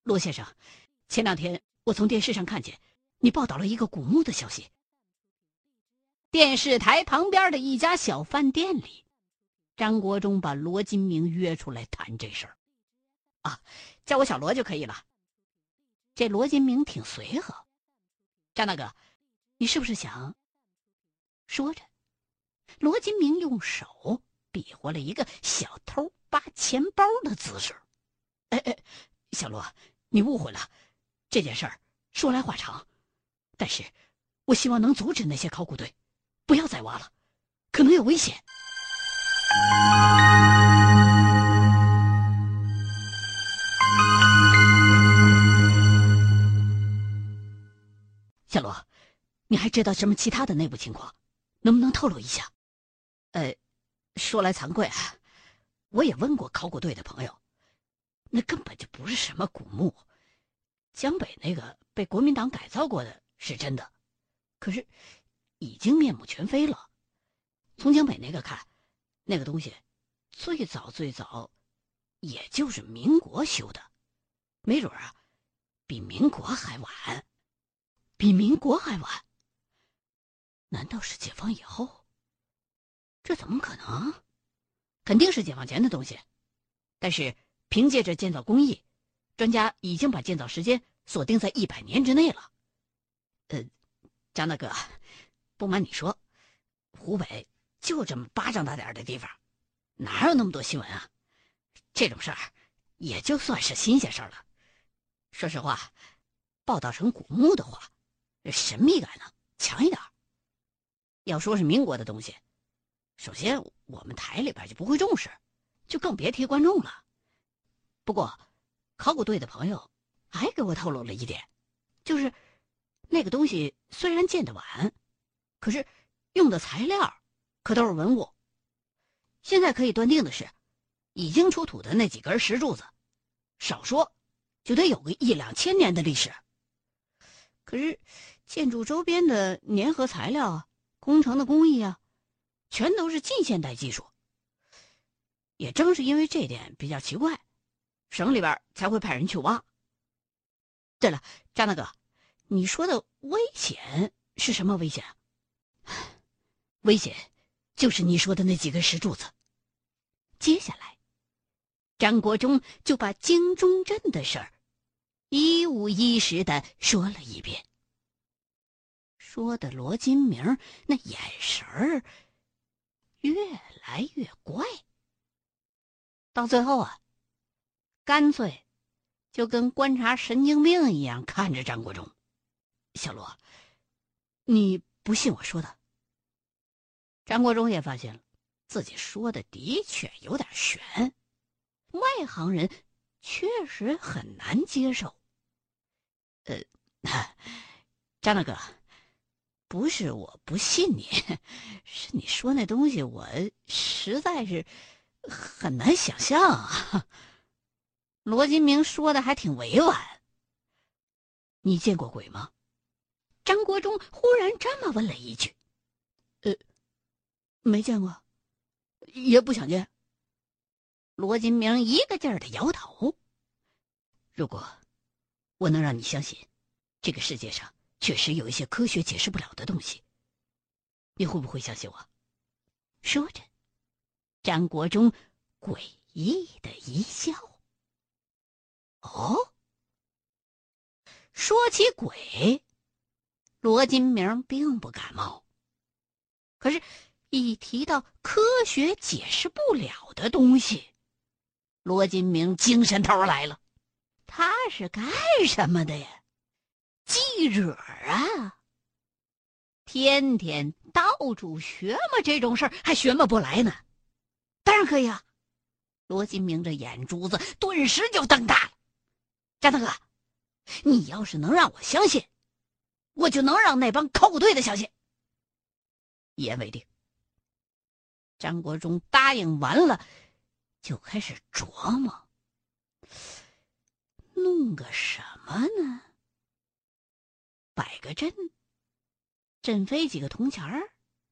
罗先生，前2天我从电视上看见你报道了一个古墓的消息。电视台旁边的一家小饭店里，张国忠把罗金明约出来谈这事儿。啊，叫我小罗就可以了。这罗金明挺随和。张大哥，你是不是想？说着，罗金明用手比划了一个小偷扒钱包的姿势。小罗，你误会了，这件事儿说来话长，但是我希望能阻止那些考古队不要再挖了，可能有危险。小罗，你还知道什么其他的内部情况？能不能透露一下？说来惭愧啊，我也问过考古队的朋友，那根本就不是什么古墓。江北那个被国民党改造过的是真的，可是已经面目全非了。从江北那个看，那个东西最早也就是民国修的，没准啊比民国还晚。比民国还晚？难道是解放以后？这怎么可能？肯定是解放前的东西。但是凭借着建造工艺，专家已经把建造时间锁定在100年之内了。张大哥，不瞒你说，湖北就这么巴掌大点的地方，哪有那么多新闻啊？这种事儿也就算是新鲜事儿了。说实话，报道成古墓的话，神秘感呢强一点。要说是民国的东西，首先我们台里边就不会重视，就更别提观众了。不过考古队的朋友还给我透露了一点，就是那个东西虽然建得晚，可是用的材料可都是文物。现在可以断定的是，已经出土的那几根石柱子，少说就得有个1-2千年的历史。可是建筑周边的粘合材料啊，工程的工艺啊，全都是近现代技术。也正是因为这点比较奇怪，省里边才会派人去挖。对了，张大哥，你说的危险是什么危险？危险就是你说的那几根石柱子。接下来张国忠就把京中镇的事儿一五一十的说了一遍，说的罗金明那眼神儿越来越怪，到最后啊，干脆就跟观察神经病一样看着张国忠。小罗，你不信我说的？张国忠也发现了自己说的的确有点悬，外行人确实很难接受。张大哥，不是我不信你，是你说那东西我实在是很难想象啊。罗金明说的还挺委婉。你见过鬼吗？张国忠忽然这么问了一句。没见过，也不想见。罗金明一个劲儿的摇头。如果我能让你相信这个世界上确实有一些科学解释不了的东西，你会不会相信我？说着，张国忠诡异的一笑。哦，说起鬼，罗金明并不感冒，可是一提到科学解释不了的东西，罗金明精神头来了。他是干什么的呀？记者啊，天天到处学嘛这种事儿，还学嘛不来呢？当然可以啊！罗金明这眼珠子顿时就瞪大了。张大哥，你要是能让我相信，我就能让那帮考古队的相信。一言为定。张国忠答应完了，就开始琢磨，弄个什么呢？摆个阵，阵飞几个铜钱儿？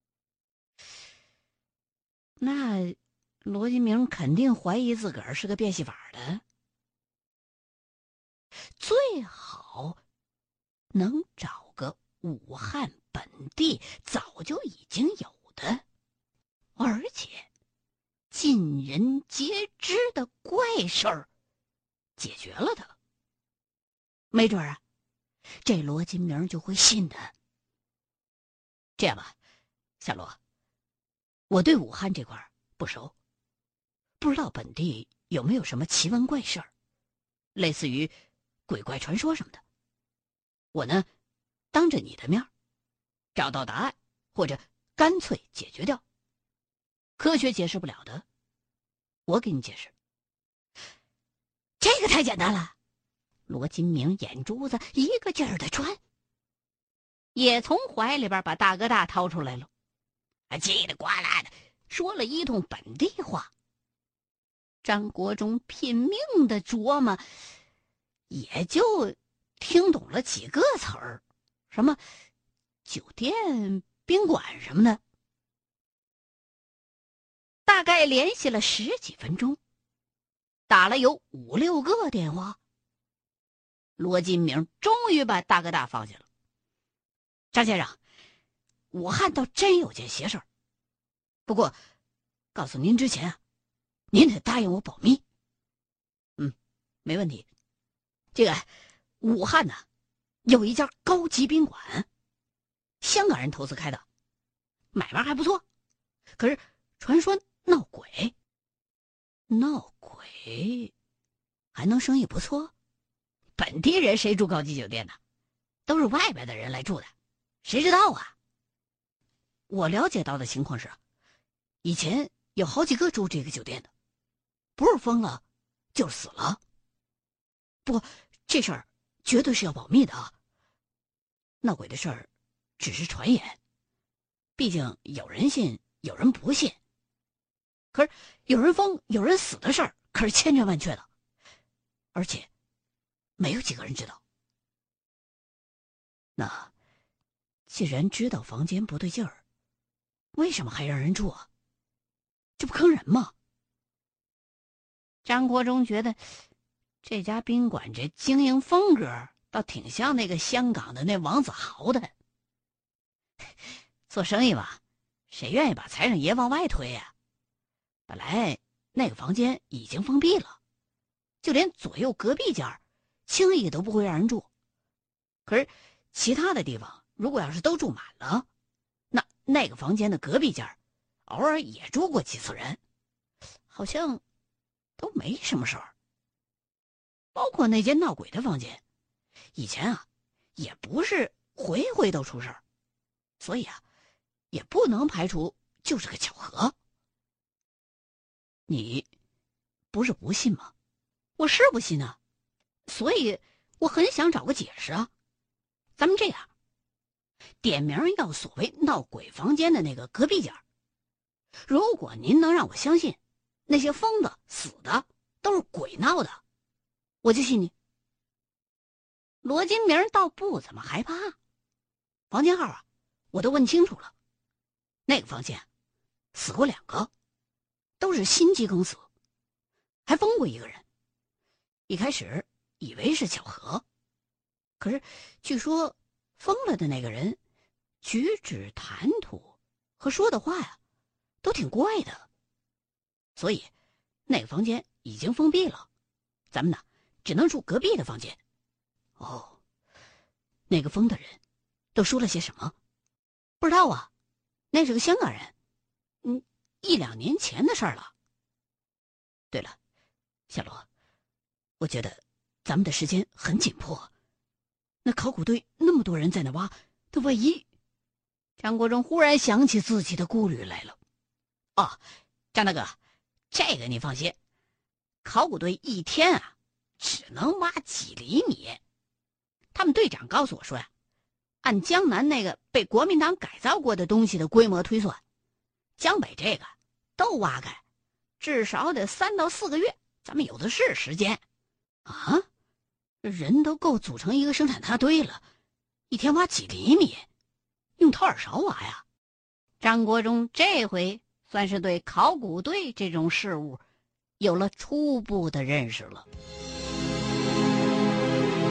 那罗金明肯定怀疑自个儿是个变戏法的。 最好能找个武汉本地早就已经有的，而且尽人皆知的怪事儿，解决了它。没准啊，这罗金明就会信的。这样吧，小罗，我对武汉这块不熟，不知道本地有没有什么奇闻怪事儿，类似于鬼怪传说什么的。我呢，当着你的面找到答案，或者干脆解决掉。科学解释不了的，我给你解释。这个太简单了。罗金明眼珠子一个劲儿的转，也从怀里边把大哥大掏出来了，叽里呱啦的说了一通本地话。张国忠拼命的琢磨，也就听懂了几个词儿，什么酒店、宾馆什么的。大概联系了10几分钟，打了有5、6个电话，罗金明终于把大哥大放下了。张先生，武汉倒真有件邪事儿，不过告诉您之前啊，您得答应我保密。没问题。这个武汉呢，有一家高级宾馆，香港人投资开的，买卖还不错。可是传说闹鬼，还能生意不错？本地人谁住高级酒店呢？都是外边的人来住的，谁知道啊？我了解到的情况是，以前有好几个住这个酒店的，不是疯了就是死了。不过这事儿绝对是要保密的啊。闹鬼的事儿只是传言，毕竟有人信有人不信。可是有人疯有人死的事儿可是千真万确的，而且没有几个人知道。那既然知道房间不对劲儿，为什么还让人住啊？这不坑人吗？张国忠觉得这家宾馆这经营风格倒挺像那个香港的那王子豪的。做生意吧，谁愿意把财神爷往外推呀？本来那个房间已经封闭了，就连左右隔壁间轻易都不会让人住。可是其他的地方如果要是都住满了，那个房间的隔壁间偶尔也住过几次人，好像都没什么事儿。包括那间闹鬼的房间，以前啊也不是回回都出事儿，所以啊也不能排除就是个巧合。你不是不信吗？我是不信啊，所以我很想找个解释啊。咱们这样，点名要所谓闹鬼房间的那个隔壁间，如果您能让我相信那些疯的死的都是鬼闹的，我就信你。罗金明倒不怎么害怕，房间号啊我都问清楚了，那个房间死过2个，都是心肌梗死，还疯过1个人。一开始以为是巧合，可是据说疯了的那个人举止谈吐和说的话呀都挺怪的，所以那个房间已经封闭了，咱们呢只能住隔壁的房间。哦，那个疯的人都说了些什么？不知道啊，那是个香港人，1、2年前的事儿了。对了，小罗，我觉得咱们的时间很紧迫，那考古队那么多人在那挖，他万一……张国忠忽然想起自己的顾虑来了。哦，张大哥，这个你放心，考古队一天啊只能挖几厘米。他们队长告诉我说呀，按江南那个被国民党改造过的东西的规模推算，江北这个都挖开至少得3到4个月，咱们有的是时间啊。人都够组成一个生产大队了，一天挖几厘米，用掏耳勺挖呀。张国忠这回算是对考古队这种事物有了初步的认识了。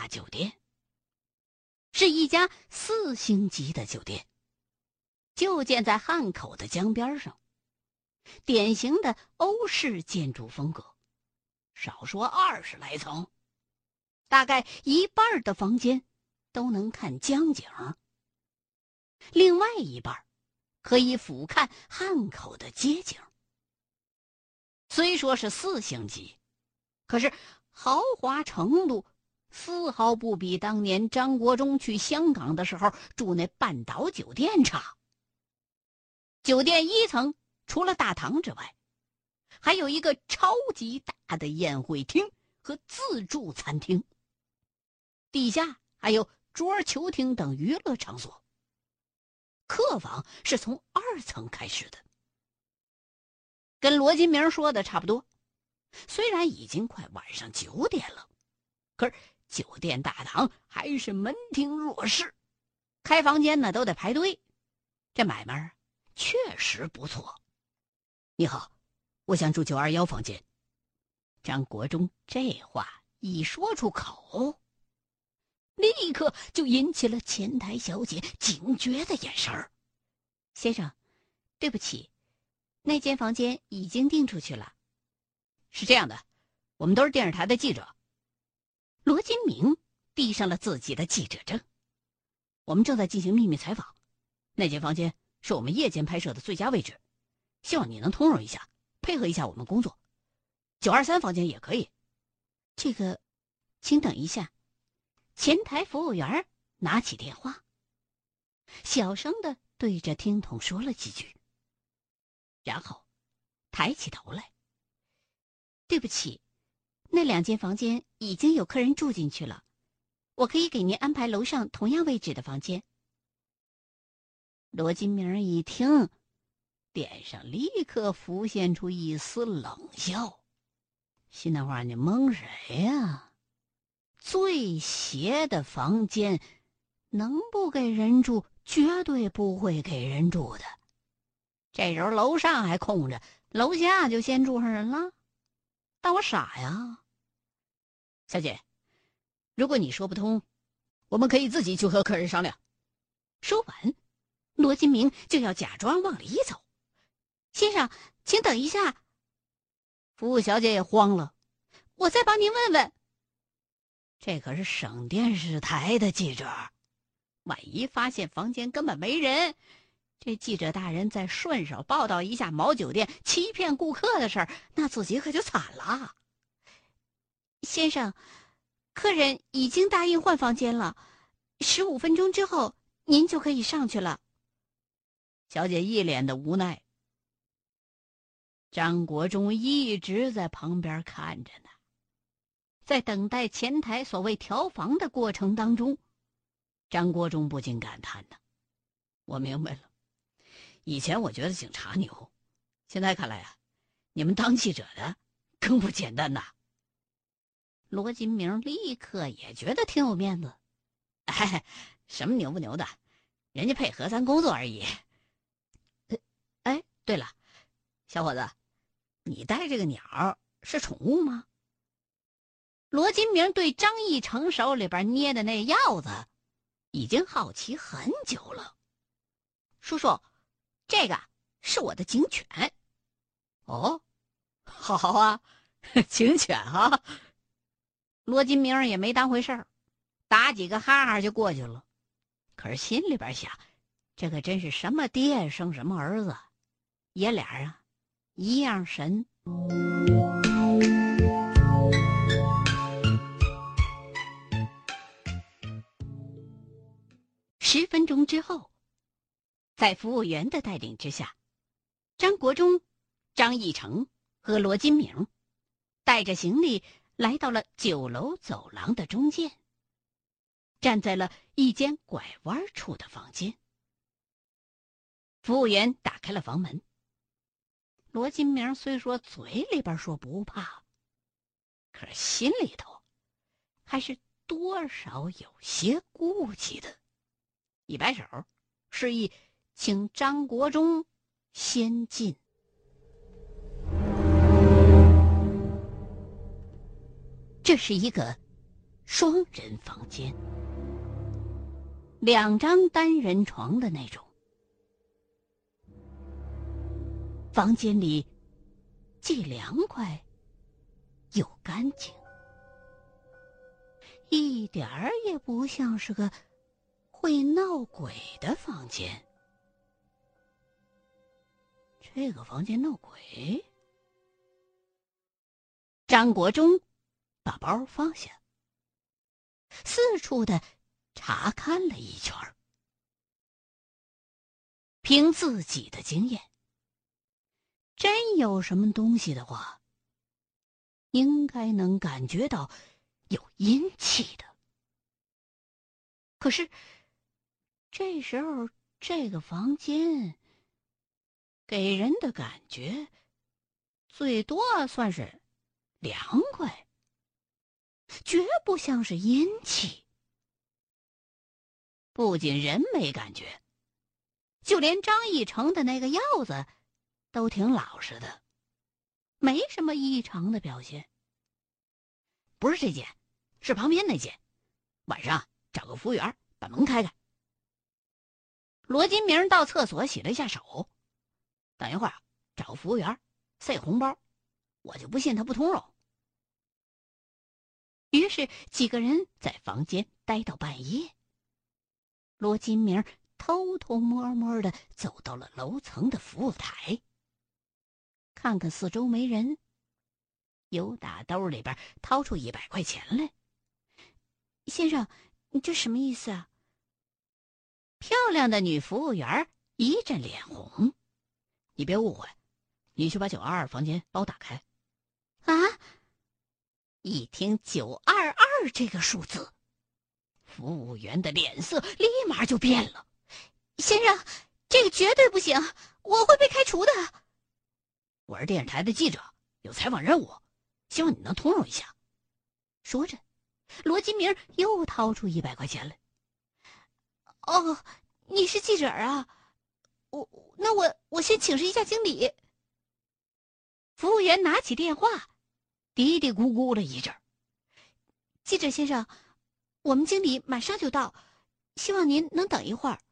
酒店，是一家4星级的酒店，就建在汉口的江边上，典型的欧式建筑风格，少说20来层，大概一半的房间都能看江景，另外一半可以俯瞰汉口的街景。虽说是4星级，可是豪华程度丝毫不比当年张国忠去香港的时候住那半岛酒店差。酒店1层除了大堂之外，还有一个超级大的宴会厅和自助餐厅，地下还有桌球厅等娱乐场所。客房是从2层开始的。跟罗金明说的差不多，虽然已经快晚上9点了，可是酒店大堂还是门庭若市，开房间呢都得排队，这买卖确实不错。你好，我想住921房间。张国忠这话一说出口，立刻就引起了前台小姐警觉的眼神儿。先生，对不起，那间房间已经订出去了。是这样的，我们都是电视台的记者。罗金明递上了自己的记者证。我们正在进行秘密采访，那间房间是我们夜间拍摄的最佳位置，希望你能通融一下，配合一下我们工作。923房间也可以。这个，请等一下。前台服务员拿起电话，小声的对着听筒说了几句，然后抬起头来。对不起，那2间房间已经有客人住进去了，我可以给您安排楼上同样位置的房间。罗金明一听，脸上立刻浮现出一丝冷笑，心那话，你蒙谁呀？最邪的房间能不给人住，绝对不会给人住的。这时候楼上还空着，楼下就先住上人了，当我傻呀？小姐，如果你说不通，我们可以自己去和客人商量。说完，罗金明就要假装往里走。先生，请等一下。服务小姐也慌了，我再帮您问问。这可是省电视台的记者，万一发现房间根本没人，这记者大人再顺手报道一下某酒店欺骗顾客的事儿，那自己可就惨了。先生，客人已经答应换房间了，15分钟之后您就可以上去了。小姐一脸的无奈。张国忠一直在旁边看着呢，在等待前台所谓调房的过程当中，张国忠不禁感叹呢：我明白了，以前我觉得警察牛，现在看来啊，你们当记者的更不简单呐。罗金明立刻也觉得挺有面子，哎，什么牛不牛的，人家配合咱工作而已。哎，对了，小伙子，你带这个鸟是宠物吗？罗金明对张义成手里边捏的那鹞子已经好奇很久了。叔叔，这个是我的警犬。哦，好啊，警犬啊。罗金明也没当回事儿，打几个哈哈就过去了。可是心里边想，这可真是什么爹生什么儿子，爷俩啊一样神。10分钟之后，在服务员的带领之下，张国忠、张义成和罗金明带着行李来到了9楼走廊的中间，站在了一间拐弯处的房间。服务员打开了房门。罗金明虽说嘴里边说不怕，可是心里头还是多少有些顾忌的，一摆手示意请张国忠先进。这是一个双人房间，2张单人床的那种。房间里既凉快又干净，一点儿也不像是个会闹鬼的房间。这个房间闹鬼？张国忠把包放下，四处的查看了一圈。凭自己的经验，真有什么东西的话，应该能感觉到有阴气的。可是这时候这个房间给人的感觉最多算是凉快，绝不像是阴气。不仅人没感觉，就连张义成的那个药子都挺老实的，没什么异常的表现。不是这间，是旁边那间，晚上找个服务员把门开开。罗金明到厕所洗了一下手，等一会儿找服务员塞红包，我就不信他不通融。于是几个人在房间待到半夜。罗金明偷偷摸摸地走到了楼层的服务台，看看四周没人，由打兜里边掏出100块钱来。先生，你这什么意思啊？漂亮的女服务员一阵脸红。你别误会，你去把922房间帮我打开。啊！一听922这个数字，服务员的脸色立马就变了。先生，这个绝对不行，我会被开除的。我是电视台的记者，有采访任务，希望你能通融一下。说着，罗金明又掏出100块钱来。哦，你是记者啊？那我先请示一下经理。服务员拿起电话，嘀嘀咕咕了一阵。记者先生，我们经理马上就到，希望您能等一会儿。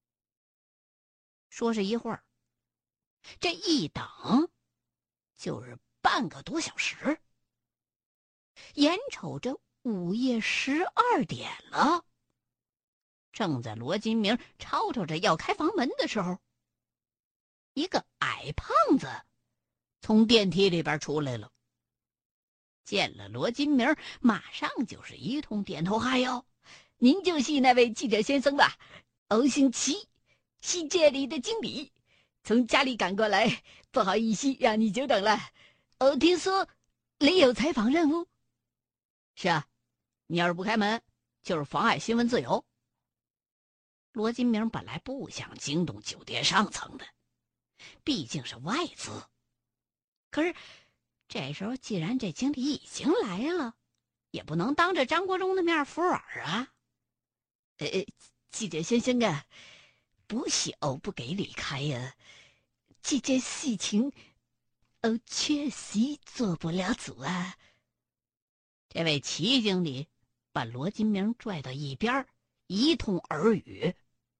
说是一会儿，这一等就是半个多小时。眼瞅着午夜12点了，正在罗金明吵吵着要开房门的时候，一个矮胖子从电梯里边出来了。见了罗金明，马上就是一通点头哈腰。您就是那位记者先生吧？欧星奇，是这里的经理，从家里赶过来，不好意思让你久等了。听说你有采访任务？是啊，你要是不开门，就是妨碍新闻自由。罗金明本来不想惊动酒店上层的，毕竟是外资。可是这时候既然这经理已经来了，也不能当着张国忠的面服软啊。记者先生啊，不是我不给你开呀，这件事情确实做不了主啊。这位齐经理把罗金明拽到一边，一通耳语。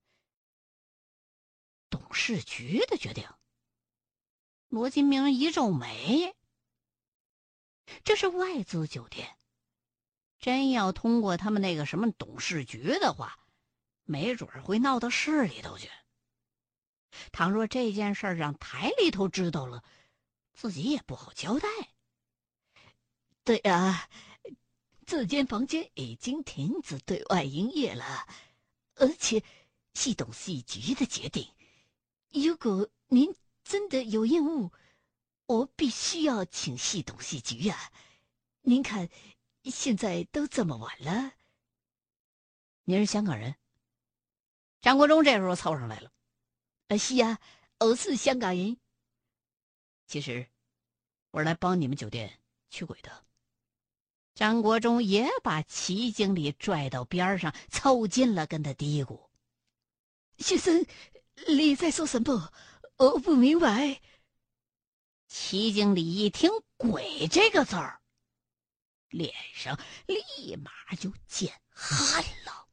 董事局的决定？罗金明一皱眉。这是外资酒店，真要通过他们那个什么董事局的话，没准会闹到市里头去。倘若这件事让台里头知道了，自己也不好交代。对啊，这间房间已经停止对外营业了，而且是董事局的决定。如果您真的有任务，我必须要请示董事局啊。您看，现在都这么晚了。您是香港人？张国忠这时候凑上来了。是啊，我是香港人。其实我是来帮你们酒店驱鬼的。张国忠也把齐经理拽到边上，凑近了跟他嘀咕：先生，你在说什么？我不明白。齐经理一听鬼这个字儿， 脸上立马就见汗了。